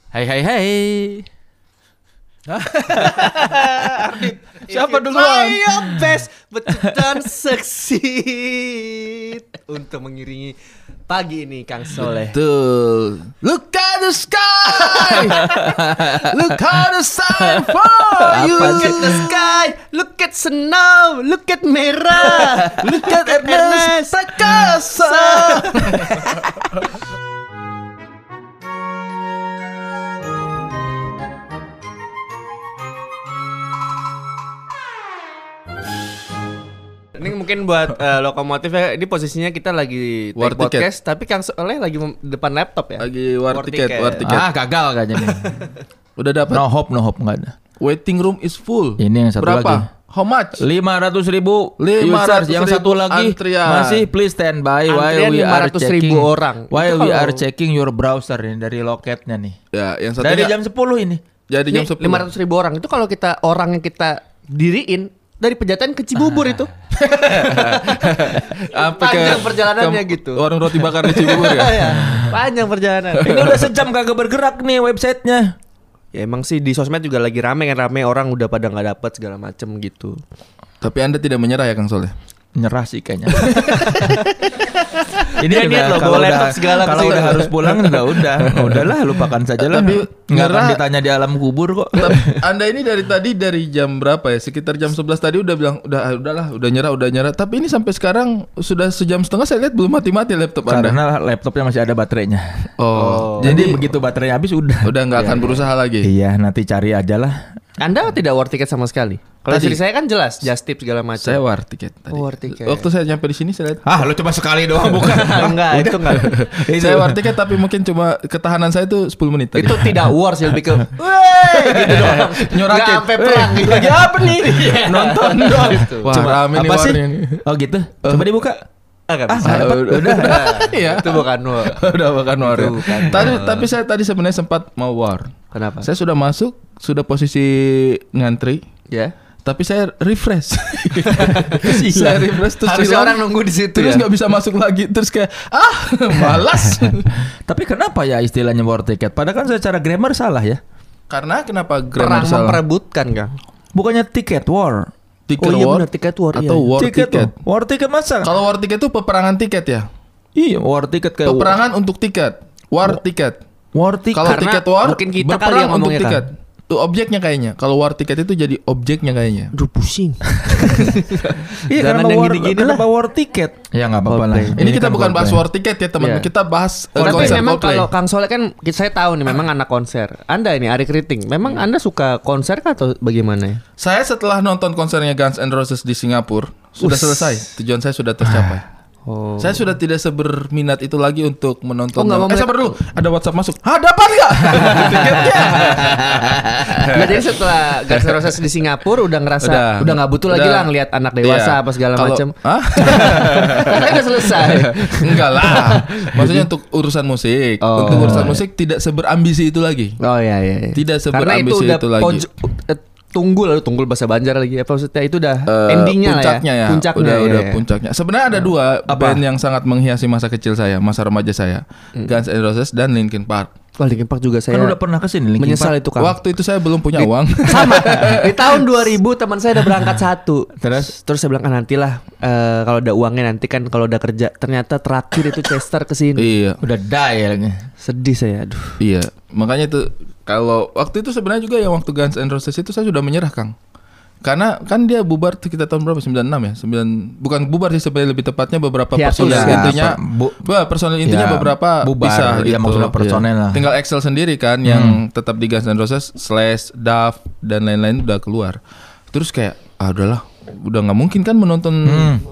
Hai hai hai. Ardit, siapa duluan? Try your best, but you don't succeed. Untuk mengiringi pagi ini, Kang Soleh. Betul. Look at the sky. Look how the sun for you. Look at the sky, look at snow, look at merah, look at Ernest Prakasa. Ini mungkin buat lokomotif ya. Ini posisinya kita lagi War take ticket. podcast, tapi Kang Soleh lagi depan laptop ya. Lagi war ticket. Gagal kayaknya nih. Udah dapat. No hope enggak ada. Waiting room is full. Ini yang satu Berapa? lagi. How much? 500.000 500.000 users. Yang satu lagi antrian. masih please stand by while Antrian we are 500.000 checking orang. While Itu we kalau- are checking your browser ini dari loketnya nih. Ya, yang Dari satunya jam 10 ini. jadi jam 10. 500.000 orang itu kalau kita orang yang kita diriin dari Pejaten ke Cibubur itu. Panjang perjalanannya gitu. Warung roti bakar di Cibubur ya. Iya, panjang perjalanan. Ini udah sejam kagak bergerak nih websitenya. Ya emang sih di sosmed juga lagi rame orang udah pada nggak dapet segala macem gitu. Tapi Anda tidak menyerah ya Kang Soleh? Nyerah sih kayaknya. Ini Dia niat loh, bawa laptop segala kalau kesini. udah harus pulang juga udahlah lupakan saja lah. Tapi Nggak akan nyerah- ditanya di alam kubur kok. Tapi Anda ini dari tadi dari jam berapa ya? Sekitar jam 11 tadi udah bilang udah nyerah. Tapi ini sampai sekarang sudah sejam setengah saya lihat belum mati-mati laptop Anda. Karena laptopnya masih ada baterainya. Oh, Jadi begitu baterainya habis udah. udah nggak akan berusaha lagi. Iya, nanti cari aja lah. Anda tidak war ticket sama sekali. Kalau Tadi. istri saya kan jelas, just tip segala macam. Saya war tiket tadi. Oh, war tiket. Waktu saya nyampe di sini saya lihat Ah, lu cuma sekali doang bukan? enggak, itu enggak. saya war tiket tapi mungkin cuma ketahanan saya itu 10 menit tadi. Itu tidak war sih, lebih ke wey gitu doang. Nyorakin. Nggak sampai perang gitu. Lagi apa nih? Nonton doang. Wah, Coba rame nih apa sih? warnya nih. Oh gitu. Coba dibuka. Enggak Ah, bisa. nggak dapat. udah. Iya. Itu bukan war. Udah bukan war ya. Itu bukan Tapi saya tadi sebenarnya sempat mau war. Kenapa? Saya sudah masuk, sudah posisi ngantri. Ya. Tapi saya refresh. Saya refresh terus Harusnya hilang. orang nunggu di situ Terus ya. nggak bisa masuk lagi. Terus kayak malas. Tapi kenapa ya istilahnya war ticket? Padahal kan secara grammar salah ya. Karena kenapa Perang grammar salah? memperebutkan, Kang. Bukannya ticket war. Ticket Oh iya war benar, tiket war, atau iya. war ticket. ticket. Tuh. War ticket masa? Kalau war ticket itu peperangan tiket ya. Iya, war ticket kayak Peperangan untuk tiket. War tiket. war ticket. Kalau Karena tiket war mungkin kita kali berperang yang untuk ngomongnya, tiket. Tuh objeknya kayaknya. Kalau war tiket itu jadi objeknya kayaknya. Aduh pusing. Iya, Jangan kenapa yang war, gini-gini kenapa war ticket? Ya nggak apa-apa lah. Oke. Ini kita kan bukan bahas Coldplay. war tiket ya teman. Iya. Kita bahas Tapi konser memang Coldplay. kalau Kang Soleh kan saya tahu nih memang anak konser. Anda ini Ari Kriting. Memang Anda suka konser kah atau bagaimana ya? Saya setelah nonton konsernya Guns N' Roses di Singapura sudah selesai. Tujuan saya sudah tercapai. Oh. Saya sudah tidak seberminat itu lagi untuk menonton. Oh, nggak mau sabar dulu. Ada WhatsApp masuk. Dapat nggak? Tiketnya. Nah, jadi setelah Guns N' Roses di Singapura udah ngerasa udah nggak butuh lagi Udah. lah ngelihat anak dewasa Iya. apa segala Kalau- macam. Hah? Karena udah selesai. Enggak lah. Maksudnya untuk urusan musik. Oh. Untuk urusan musik tidak seberambisi itu lagi. Oh iya iya. Tidak Karena itu seberambisi udah itu lagi. tunggul bahasa Banjar lagi. Apa maksudnya itu udah endingnya puncaknya lah ya. ya. Puncaknya udah ya. puncaknya. Sebenarnya ada dua band yang sangat menghiasi masa kecil saya, masa remaja saya. Guns N' Roses dan Linkin Park. Wah, Linkin Park juga saya Kan udah pernah kesini Linkin menyesal Park. itu Kang. Waktu itu saya belum punya uang. Sama di tahun 2000 teman saya udah berangkat satu. Terus? saya bilang nantilah kalau ada uangnya nanti kan kalau udah kerja. Ternyata terakhir itu Chester kesini. Iya. Udah die lagi. Sedih saya. Aduh. Iya, makanya itu kalau waktu itu sebenarnya juga yang waktu Guns N' Roses itu saya sudah menyerah, Kang. Karena kan dia bubar kita tahun berapa? 96 ya? bukan bubar sih sebenarnya lebih tepatnya beberapa Hiatus. personil Ya, intinya personil intinya ya, beberapa bubar. bisa Ya, gitu. maksudnya personel lah. Tinggal Excel sendiri kan yang tetap di Guns N' Roses, Slash, Duff dan lain-lain udah keluar. Terus kayak udahlah, udah nggak mungkin kan menonton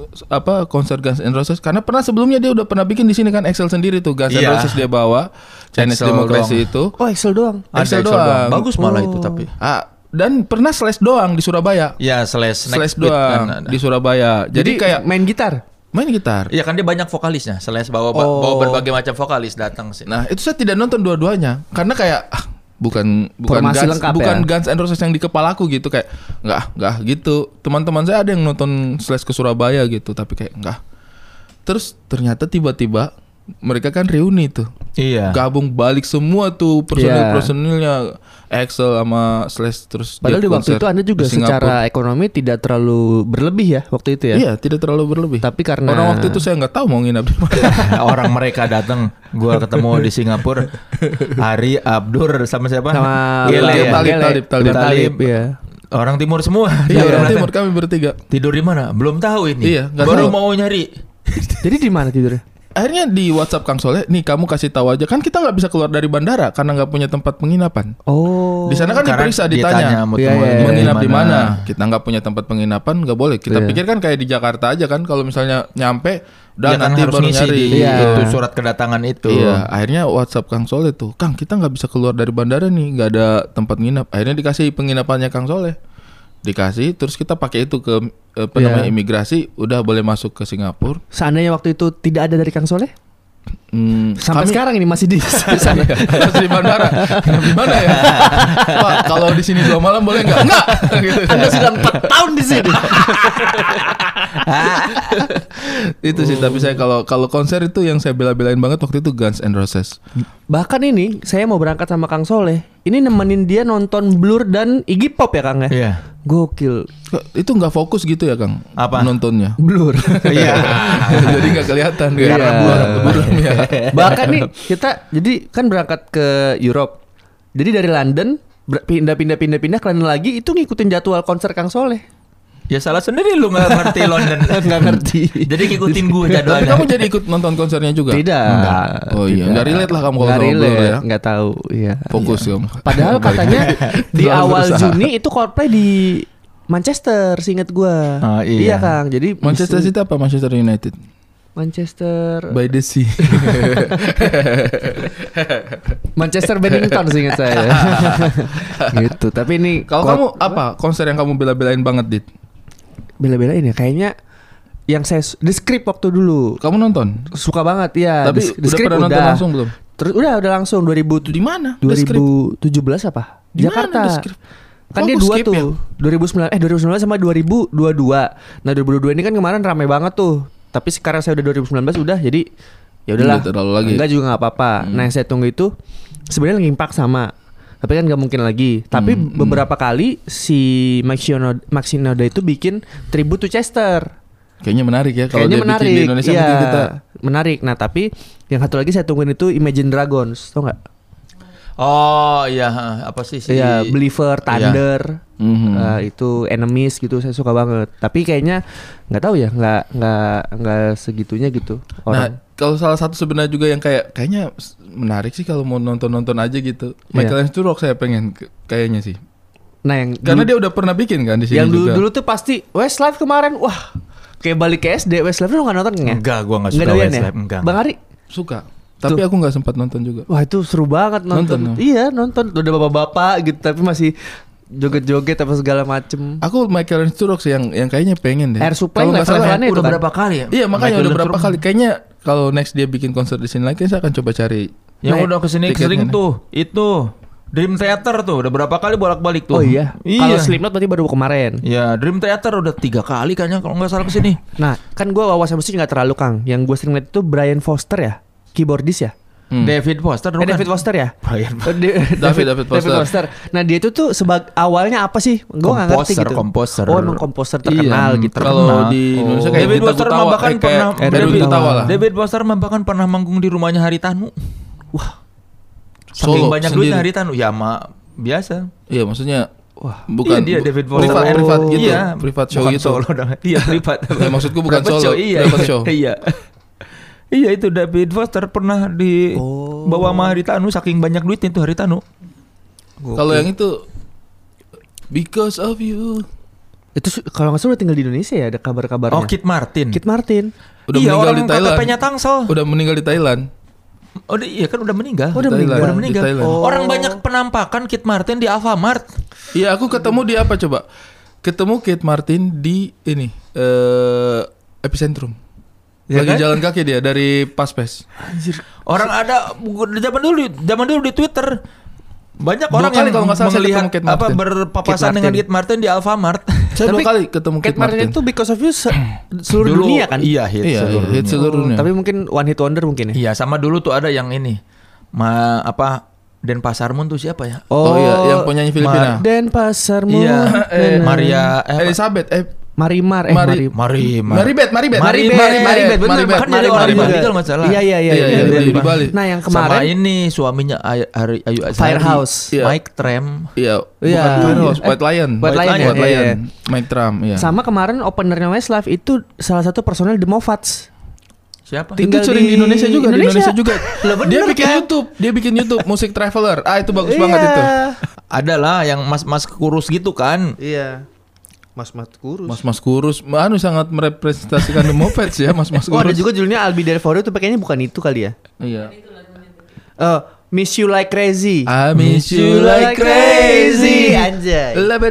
konser Guns N' Roses karena pernah sebelumnya dia udah pernah bikin di sini kan Excel sendiri tuh Guns N' Iya. Roses dia bawa Chinese Excel Democracy itu. Oh, Excel doang. Excel Ada doang. Bagus malah itu tapi. Dan pernah Slash doang di Surabaya. Ya slash Slash next beat doang kan ada. di Surabaya. Jadi kayak main gitar. main gitar. Iya kan dia banyak vokalisnya. Slash bawa berbagai macam vokalis datang sih. Nah, itu saya tidak nonton dua-duanya karena kayak bukan Formasi Guns, lengkap bukan ya? Guns N' Roses yang di kepalaku gitu kayak enggak gitu. Teman-teman saya ada yang nonton Slash ke Surabaya gitu tapi kayak enggak. Terus ternyata tiba-tiba mereka kan reuni tuh. Iya. Gabung balik semua tuh personil-personilnya, Excel sama Slash terus. Padahal di waktu konser itu Anda juga di Singapura. secara ekonomi tidak terlalu berlebih ya waktu itu ya. Iya, tidak terlalu berlebih. Tapi karena orang waktu itu saya nggak tahu mau nginap di mana. Orang mereka datang, gua ketemu di Singapura. Ari, Abdur sama siapa? sama Gele ya? Talib ya. Orang timur semua. Iya, Orang orang timur kami bertiga. Tidur di mana? Belum tahu ini. Iya, nggak baru tahu. mau nyari. Jadi di mana tidurnya? Akhirnya di WhatsApp Kang Soleh, nih kamu kasih tahu aja, kan kita nggak bisa keluar dari bandara karena nggak punya tempat penginapan. Oh. Di sana kan Karena diperiksa, ditanya, ditanya mau Iya, temu iya, di menginap di mana. Kita nggak punya tempat penginapan, nggak boleh. Kita Iya. pikir kan kayak di Jakarta aja kan, kalau misalnya nyampe, udah Dia kan nanti harus baru ngisi nyari. di Iya. itu surat kedatangan itu. Iya, akhirnya WhatsApp Kang Soleh tuh, Kang kita nggak bisa keluar dari bandara nih, nggak ada tempat nginap. Akhirnya dikasih penginapannya Kang Soleh, dikasih, terus kita pakai itu ke namanya imigrasi, udah boleh masuk ke Singapura. Seandainya waktu itu tidak ada dari Kang Soleh? Sampai Kami- sekarang ini masih di sana. Masih di bandara. Nginap di mana ya? Pak, kalau di sini 2 malam boleh nggak? Nggak. Gitu. Anda sudah 4 tahun di sini. Itu sih, tapi saya kalau konser itu yang saya bela-belain banget waktu itu Guns N' Roses. Bahkan ini saya mau berangkat sama Kang Soleh. Ini nemenin dia nonton Blur dan Iggy Pop ya Kang ya? Iya. Gokil. Itu nggak fokus gitu ya Kang? Apa? Nontonnya? Blur. Iya. Jadi nggak kelihatan Iya. karena buram ya. Bahkan nih kita jadi kan berangkat ke Europe. Jadi dari London pindah ke London lagi itu ngikutin jadwal konser Kang Soleh. Ya salah sendiri lu nggak ngerti London. Nggak ngerti. Jadi ngikutin gue Tapi jadwalnya. kamu jadi ikut nonton konsernya juga? Tidak. Oh iya, nggak relate lah kamu kalau Nggak sama Blur relate, ya. nggak tahu. Iya. Fokus kamu. Padahal katanya di Terlalu awal berusaha. Juni itu Coldplay di Manchester, seingat gua. Oh, iya. Kang. Jadi Manchester City apa Manchester United? Manchester By the Sea. Manchester Bennington seingat saya. Gitu. Tapi ini Kalau kamu apa konser yang kamu bela-belain banget, Dit? bela-belain ya kayaknya yang saya The Script waktu dulu Kamu nonton? suka banget ya. Tapi The udah Script pernah nonton langsung belum? Terus udah langsung 2000 Di mana? The Script? 2017 apa? Di mana Jakarta. The Script? Kan Oh, dia aku dua skip tuh. ya? 2019 sama 2022. Nah, 2022 ini kan kemarin rame banget tuh. Tapi sekarang saya udah 2019 udah jadi ya udahlah. Nggak terlalu lagi. Enggak juga nggak apa-apa. Nah, yang saya tunggu itu sebenarnya Linkin Park sama. Tapi kan nggak mungkin lagi. Tapi beberapa kali si Mike Shinoda itu bikin tribute to Chester. Kayaknya menarik ya kalau Kayaknya dia menarik. bikin di Indonesia Iya, mungkin kita menarik. Nah, tapi yang satu lagi saya tungguin itu Imagine Dragons, tau nggak? Oh iya, apa sih si Iya, Believer, Thunder, Mhm. itu Enemies gitu, saya suka banget. Tapi kayaknya nggak tahu ya, nggak segitunya gitu orang. Nah, kalau salah satu sebenarnya juga yang kayaknya menarik sih kalau mau nonton aja gitu. Iya. Michael Sturrock saya pengen kayaknya sih. Nah, yang Karena dulu, dia udah pernah bikin kan di sini yang juga. dulu tuh pasti Westlife kemarin, wah kayak balik ke SD. Westlife lu nggak nonton nggak? Enggak, gua nggak suka doyan Westlife, enggak. Bang Ari, Suka. Tapi aku nggak sempat nonton juga. wah itu seru banget nonton. Nonton, Iya nonton, udah bapak-bapak gitu, tapi masih joget-joget apa segala macem. Aku Michael Sturrock sih yang kayaknya pengen deh. Air Supply Kalau nggak salah level-levelannya itu udah kan. berapa kali ya? Iya makanya Michael udah berapa Sturrock. kali. Kayaknya kalau next dia bikin konser di sini lagi, saya akan coba cari. Yang Nah, udah kesini tiketnya sering nih. tuh, itu Dream Theater tuh udah berapa kali bolak-balik tuh. Oh iya. Iya. Kalau Slipknot berarti baru kemarin. Ya Dream Theater udah 3 kali kayaknya kalau nggak salah kesini. Nah, kan gue wawasan musik nggak terlalu Kang. Yang gue sering lihat itu Brian Foster ya, keyboardis ya. David Foster bukan? David Foster ya. Brian David Foster. Nah dia itu tuh awalnya apa sih? Gue nggak ngerti gitu. Komposer. Oh emang komposer terkenal Iya, gitu. Kalau di Indonesia kayak David Dita Foster Gutawa, bahkan kayak pernah Heru Gutawa lah. David Foster bahkan pernah manggung di rumahnya Haritanu. Wah. Saking Solo banyak sendiri. duitnya Haritanu. Ya biasa. Iya maksudnya Wah, bukan iya, dia David Foster. privat gitu, Iya, privat show bukan gitu. solo dong. Iya, privat. Ya, maksudku bukan Private solo, show, iya. private show. Iya. Iya itu David Foster pernah di bawa sama Haritanu saking banyak duitnya itu Haritanu. Kalau yang itu Because of You itu kalau nggak salah udah tinggal di Indonesia ya, ada kabar-kabarnya. Oh, Kit Martin. Kit Martin. udah Iya, meninggal orang di Thailand. KTP-nya Tangsel. Udah meninggal di Thailand. Oh, iya kan udah meninggal. Oh, udah Di meninggal. Thailand, Udah meninggal. di Thailand. Oh. Orang banyak penampakan Kit Martin di Alfamart. Iya, aku ketemu di apa coba? Ketemu Kate Martin di ini Epicentrum. Ya Lagi kan? jalan kaki dia dari Paspes. Orang ada zaman dulu di Twitter Banyak Dua orang kali yang kalau nggak salah saya melihat ketemu Kate apa Martin. berpapasan dengan Kate Martin di Alfamart. Saya 2 Tapi kali ketemu Kate Martin itu Because of You seluruh Dulu, dunia kan? Iya, hit Iya, seluruh hit dunia. seluruh dunia. Tapi mungkin one hit wonder mungkin ya. Iya, sama dulu tuh ada yang ini. Denpasarmun tuh siapa ya? Oh iya, yang penyanyi Filipina. Dan pasarmu. Iya, Maria Elizabeth Marimar Maribeth, Maribeth benar kan jadi orang Bali kalau nggak salah. Iya di Bali. Nah yang Sama kemarin ini suaminya Ayu Azhari, Firehouse. Iya. Mike Tram. Iya, Iya. bukan Firehouse, White Lion. White Lion, White iya, Lion. iya. Mike Trump, iya. sama kemarin openernya Westlife itu salah satu personel The Moffats. Siapa? Tinggal Itu sering di di Indonesia juga, Indonesia. Dia bener bikin kan? dia bikin YouTube musik traveler. Itu bagus banget itu. Adalah yang mas-mas kurus gitu kan. Iya. Mas-mas kurus. Mas-mas kurus, sangat merepresentasikan The Moffats ya, mas-mas Oh ada kurus. juga judulnya I'll Be There For You tuh kayaknya bukan itu kali ya. Iya. Miss You Like Crazy. I miss you like crazy. Anjay.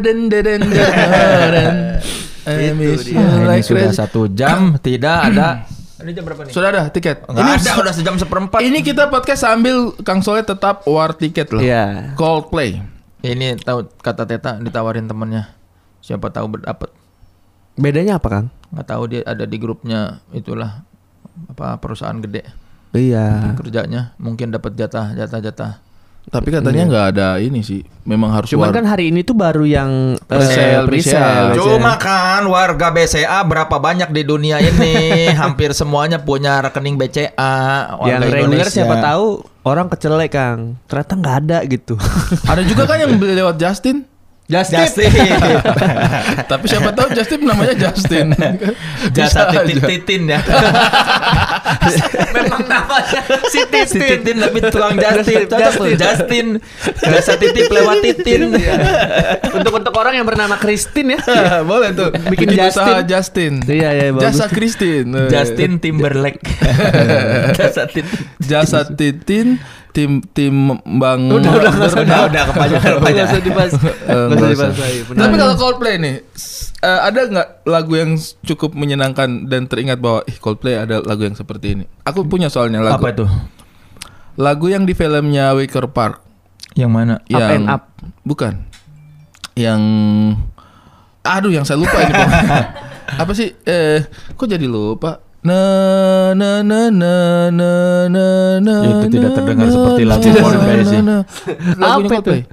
I miss you Nah, ini like sudah crazy. 1 jam tidak ada. Ini jam berapa nih? Sudah ada tiket. Nggak ada, udah sejam 1/4. Ini kita podcast sambil Kang Soleh tetap war tiket loh. Iya. Coldplay. Ini tahu kata Teta ditawarin temennya. Siapa tahu berdapat. Bedanya apa Kang? Nggak tahu dia ada di grupnya itulah apa perusahaan gede Iya. kerjanya mungkin dapat jatah. Tapi katanya nggak ada ini sih. Memang harus Cuman war. kan hari ini tuh baru yang Presale. Cuma kan warga BCA berapa banyak di dunia ini hampir semuanya punya rekening BCA. yang warga reguler Indonesia. siapa tahu orang kecelek Kang. Ternyata nggak ada gitu. Ada juga kan yang beli lewat Justin. Justin. Tapi siapa tahu Justin namanya Justin. Jasa Bisa aja. titin ya. Memang namanya si titin tapi tukang Justin. Cocok tuh Justin. Jasa titip lewat titin. Untuk orang yang bernama Christine ya. Ya, boleh tuh. Bikin usaha Justin. Justin. Iya, bagus. Jasa Christine. Justin Timberlake. Jasa titin. Jasa Titin tim Bang. Udah kepanjangan. Nggak usah dibahas. Nggak usah dibahas lagi. Benar. Tapi kalau Coldplay nih, ada nggak lagu yang cukup menyenangkan dan teringat bahwa Coldplay ada lagu yang seperti ini? Aku punya soalnya lagu. Apa itu? Lagu yang di filmnya Wicker Park. Yang mana? Up and Up. Bukan. Yang yang saya lupa ini. Apa sih? Kok jadi lupa? Itu tidak terdengar seperti lagu Coldplay sih. Lagunya Apa itu? Coldplay.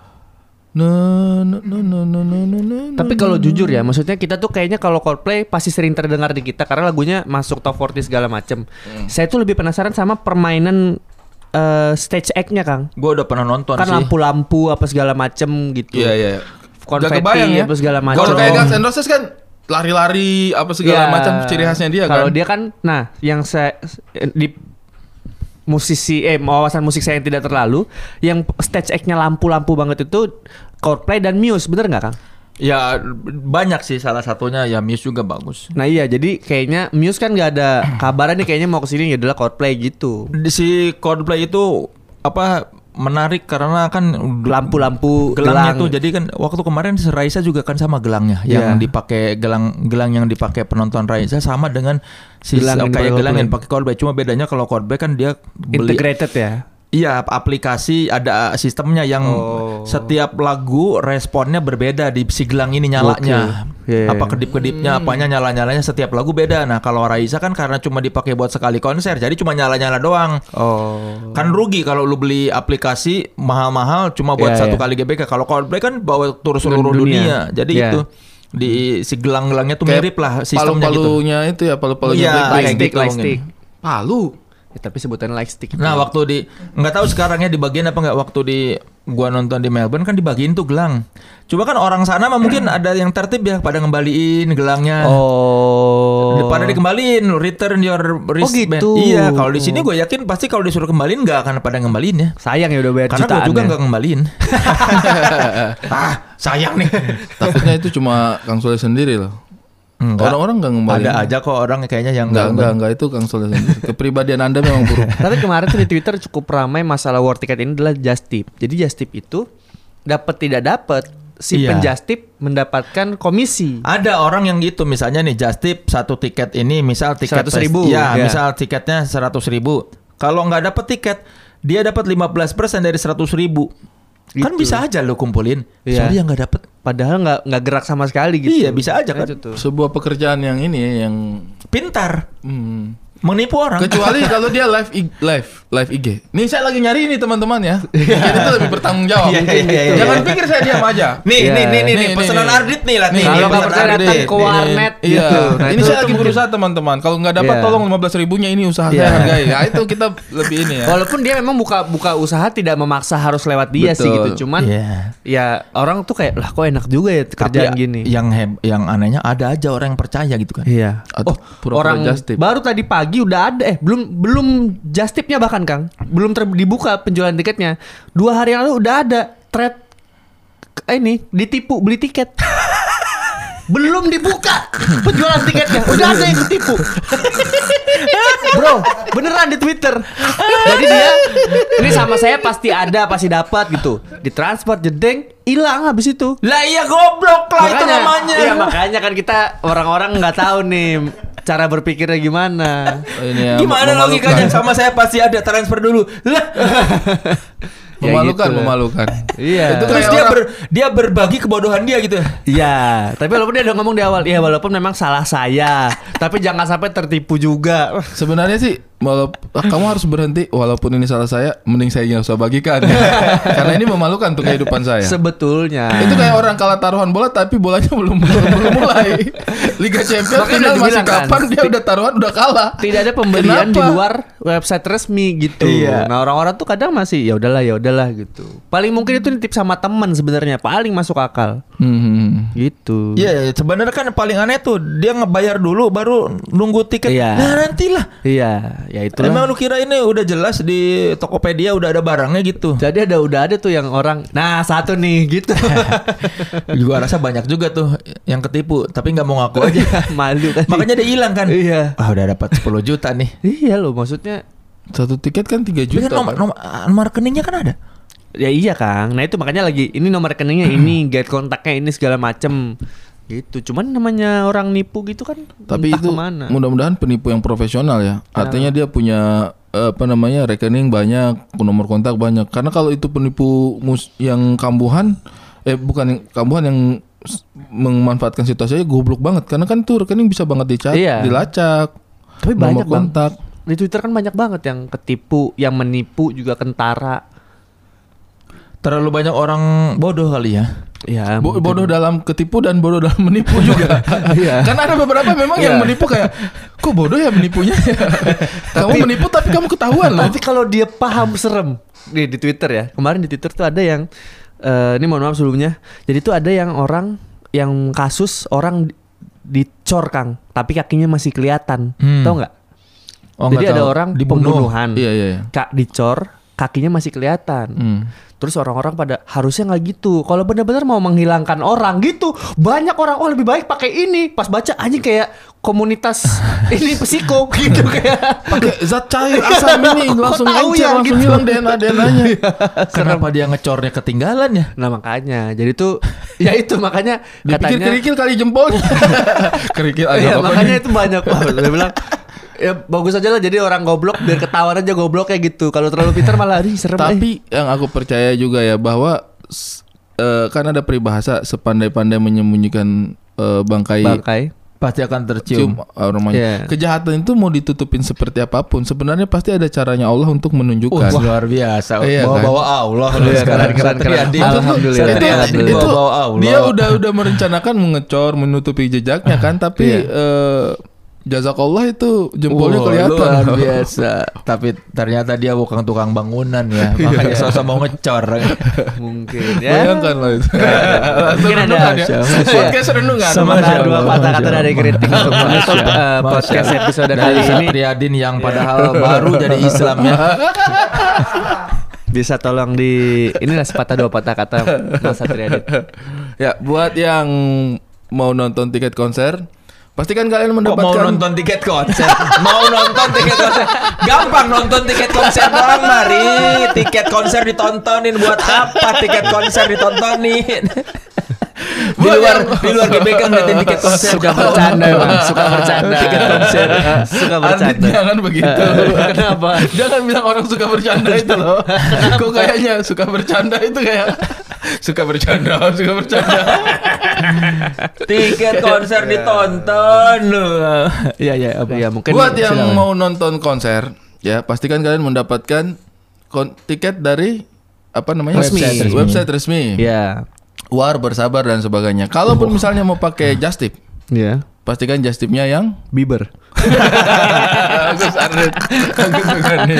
Tapi kalau jujur ya, maksudnya kita tuh kayaknya kalau Coldplay pasti sering terdengar di kita karena lagunya masuk top 40 segala macem. Saya tuh lebih penasaran sama permainan stage act-nya Kang. Gue udah pernah nonton Kan sih. lampu-lampu apa segala macem gitu. Iya. Konfeti Gak kebayang ya. apa segala macem. Kalau kayak Guns N' Roses kan lari-lari apa segala Iya. macam ciri khasnya dia kan. Kalau dia kan, nah yang saya di wawasan musik saya yang tidak terlalu, yang stage act-nya lampu-lampu banget itu Coldplay dan Muse, bener nggak Kang? Ya banyak sih, salah satunya ya Muse juga bagus. Nah iya, jadi kayaknya Muse kan nggak ada kabarnya nih kayaknya mau kesini ya adalah Coldplay gitu. Si Coldplay itu apa menarik karena kan Lampu-lampu gelangnya gelang. tuh, jadi kan waktu kemarin Raisa juga kan sama gelangnya yang Iya. dipakai gelang yang dipakai penonton Raisa sama dengan Gelang yang kayak dipakai gelang yang Coldplay. pakai Coldplay. Cuma bedanya kalau Coldplay kan dia beli Integrated ya. Iya, aplikasi ada sistemnya yang setiap lagu responnya berbeda di si gelang ini nyalanya. Gokil. Yeah. Apa kedip-kedipnya, apanya nyala-nyalanya setiap lagu beda. Nah, kalau Raisa kan karena cuma dipakai buat sekali konser, jadi cuma nyala-nyala doang. Oh. Kan rugi kalau lu beli aplikasi mahal-mahal cuma buat Iya, satu iya. kali GBK. Kalau Coldplay kan bawa tur seluruh dunia. Jadi Iya. itu di si gelang-gelangnya tuh Kayak mirip lah sistemnya gitu. palu-palunya itu ya, palu-palunya Iya, Blackpink. kayak gitu Light mungkin. stick. Palu. Ya, tapi sebutannya light stick. Nah waktu di nggak tahu sekarangnya dibagiin apa nggak, waktu di gua nonton di Melbourne kan dibagiin tuh gelang. Coba kan orang sana mah mungkin ada yang tertib ya pada ngembaliin gelangnya. Oh. Pada dikembaliin, return your wristband. gitu. Iya, kalau di sini gue yakin pasti kalau disuruh kembaliin nggak akan pada ngembaliin ya. Sayang ya udah bayar Karena gue jutaan juga ya. nggak ngembaliin. Sayang nih. Takutnya itu cuma Kang Soleh sendiri loh. Enggak. Orang-orang nggak ngembaliin. Ada aja kok orang kayaknya yang Enggak itu Kang Soleh sendiri. Kepribadian Anda memang buruk. Tapi kemarin tuh di Twitter cukup ramai masalah war ticket ini adalah just tip. Jadi just tip itu dapat tidak dapat si Iya. penjust tip mendapatkan komisi. Ada orang yang gitu, misalnya nih just tip satu tiket ini misal tiket 100.000, ya, ya. misal tiketnya 100.000. Kalau nggak dapet tiket, dia dapat 15% dari 100.000. Kan Gitu. bisa aja lo kumpulin. Iya. Sorry yang nggak dapet. Padahal nggak gerak sama sekali gitu. Iya, bisa aja kan. Itu tuh. Sebuah pekerjaan yang ini ya, yang Pintar. hmm, Menipu orang. kecuali kalau dia live IG. Nih saya lagi nyari ini teman-teman ya. Jadi itu lebih bertanggung jawab. Iya, Mungkin iya, gitu. iya, Jangan iya. pikir saya diam aja. Nih, Iya. nih, pesanan nih. Ardit nih lah nih. Kalau nggak pesanan percaya Ardit. datang ke warnet Iya. gitu. Nah, Ini itu saya tuh lagi mungkin- berusaha teman-teman. Kalau nggak dapat Iya. tolong 15 ribunya ini usaha Iya. saya hargai. Ya itu kita lebih ini ya. Walaupun dia memang buka usaha tidak memaksa harus lewat dia sih Betul. gitu. Cuman Iya. ya orang tuh kayak lah kok enak juga ya kerjaan Tapi gini. yang anehnya ada aja orang yang percaya gitu kan. Iya. Atau pura-pura orang just tip. baru tadi pagi udah ada belum just tipnya bahkan Kang. Belum dibuka penjualan tiketnya. 2 hari yang lalu udah ada thread ini ditipu beli tiket. Belum dibuka penjualan tiketnya udah ada yang ketipu. Bro, beneran di Twitter. Jadi dia ini sama saya pasti dapat gitu. Ditransfer jedeng hilang habis itu. Lah iya goblok lah itu namanya. Iya makanya kan kita orang-orang nggak tahu nih cara berpikirnya gimana. Ini ya, Gimana memalukan. logikanya sama saya pasti ada transfer dulu. Lah. Memalukan, Ya gitu. memalukan. Iya. Itu Terus kayak dia berbagi kebodohan dia gitu. Iya, tapi walaupun dia udah ngomong di awal, ya walaupun memang salah saya, tapi jangan sampai tertipu juga. sebenarnya sih kamu harus berhenti walaupun ini salah saya, mending saya nggak usah bagikan. Karena ini memalukan untuk kehidupan saya. Sebetulnya. Itu kayak orang kalah taruhan bola tapi bolanya belum mulai. Liga Champions Makanya final udah masih dibilang kan, kapan dia udah taruhan udah kalah. tidak ada pembelian di Kenapa? luar website resmi gitu. Iya. Nah, orang-orang tuh kadang masih ya udahlah gitu. Paling mungkin itu nitip sama teman sebenarnya, paling masuk akal. Gitu. Iya, sebenarnya kan paling aneh tuh dia ngebayar dulu baru nunggu tiket. Iya. Nah, nantilah. Iya, ya itulah. Emang lu kira ini udah jelas di Tokopedia udah ada barangnya gitu. Jadi udah ada tuh yang orang. Nah, satu nih gitu. Gua rasa banyak juga tuh yang ketipu tapi nggak mau ngaku aja. Malu kan. Makanya dia hilang kan. Iya. Wah, udah dapat 10 juta nih. Iya loh, maksudnya Satu tiket kan 3 Tapi kan juta. nomor rekeningnya kan ada. ya iya Kang. Nah itu makanya lagi ini nomor rekeningnya ini, guide kontaknya ini segala macem gitu. Cuman namanya orang nipu gitu kan. Tapi entah itu kemana. mudah-mudahan penipu yang profesional ya. Artinya dia punya rekening banyak, nomor kontak banyak. Karena kalau itu penipu yang kambuhan, bukan yang kambuhan yang memanfaatkan situasinya goblok banget. Karena kan tuh rekening bisa banget Iya. dilacak. Tapi nomor banyak Bang. kontak. Di Twitter kan banyak banget yang ketipu, yang menipu juga kentara. Terlalu banyak orang bodoh kali ya. Ya, Bodoh dalam ketipu dan bodoh dalam menipu juga. Iya. Karena ada beberapa memang yang Iya. menipu kayak, kok bodoh ya menipunya. Kamu menipu tapi kamu ketahuan loh. Tapi kalau dia paham serem di Twitter ya. Kemarin di Twitter tuh ada yang ini mohon maaf sebelumnya. Jadi tuh ada yang orang yang kasus orang dicor Kang, tapi kakinya masih kelihatan. Tahu nggak? Oh, Jadi nggak ada tahu. orang Dibunuh. pembunuhan. Iya. Kak dicor, kakinya masih kelihatan. Terus orang-orang pada harusnya nggak gitu. Kalau benar-benar mau menghilangkan orang gitu, banyak orang lebih baik pakai ini. Pas baca anjing kayak komunitas ini psiko gitu kayak Pakai zat cair asam ini Kok langsung tahu encer, ya langsung gitu? hilang DNA-nya. Kenapa dia ngecornya ketinggalan ya? Nah makanya jadi tuh ya itu makanya Dipikir katanya kerikil kali jempol. Kerikil ya, agak makanya itu banyak banget. Dia bilang ya bagus aja lah jadi orang goblok biar ketahuan aja goblok kayak gitu. Kalau terlalu pintar malah serem. Tapi yang aku percaya juga ya bahwa kan ada peribahasa sepandai-pandai menyembunyikan bangkai Pasti akan tercium. aromanya. Iya. Kejahatan itu mau ditutupin seperti apapun, sebenarnya pasti ada caranya Allah untuk menunjukkan. Luar biasa. Iya, Bawa-bawa Allah lu Iya, sekarang. keren. Satriadi. Alhamdulillah. Satriadi itu bawa-bawa Allah. dia udah merencanakan mengecor, menutupi jejaknya kan, tapi jazakallah itu jempolnya kelihatan. Luar biasa. Tapi ternyata dia bukan tukang bangunan ya. Makanya sosok mau ngecor. mungkin ya. Bayangkan lah itu. Mungkin ada Podcast renungan. sementara dua kata-kata dari kritik untuk menutup podcast episode dari kali ini. Satriadin yang padahal baru jadi Islam ya. Bisa tolong di inilah sepatah dua patah kata Mas Satriadin. Ya, buat yang mau nonton tiket konser, pastikan kalian Kok mendapatkan mau nonton tiket konser? Mau nonton tiket konser? Gampang nonton tiket konser doang, mari. Tiket konser ditontonin buat apa? Tiket konser ditontonin. Di luar GBK ngeliatin tiket konser. Suka bercanda Bang, suka bercanda. Tiket konser. Suka Ardit bercanda. jangan begitu. Kenapa? Jangan bilang orang suka bercanda itu loh. Kok kayaknya suka bercanda itu kayak suka bercanda. Tiket konser ditonton loh. Iya apa? Ya mungkin Buat yang silakan. mau nonton konser, ya pastikan kalian mendapatkan tiket dari apa namanya? Website resmi. Ya. War, Bersabar dan sebagainya. Kalaupun misalnya mau pakai Just Tip, Ya. pastikan Just Tip-nya yang Bieber. Agus Ardit. Agus Sugandi.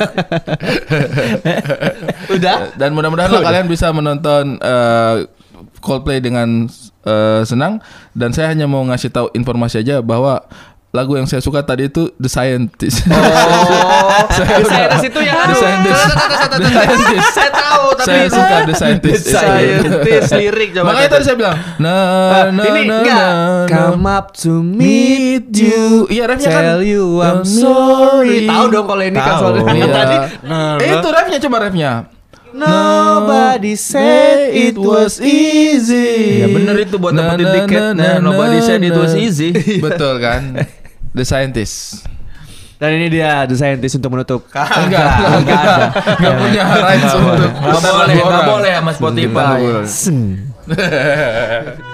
Udah? Dan mudah-mudahan kalian bisa menonton Coldplay dengan senang. Dan saya hanya mau ngasih tahu informasi aja bahwa lagu yang saya suka tadi itu The Scientist. The Scientist itu yang The Scientist. The Scientist. Saya tahu tapi Saya suka The Scientist. The Scientist lirik coba. Makanya tadi saya bilang ini enggak come up to meet you. Iya, refnya kan Tell you I'm sorry. Tahu dong kalau ini kan Tahu. soalnya Iya. tadi. Itu refnya, coba refnya. Nobody said it was easy. Ya bener itu buat dapetin tiket. Nah, nobody said it was easy. Betul kan? The Scientist. Dan ini dia The Scientist untuk menutup. Enggak punya rights untuk Nggak boleh sama Spotify. Seng.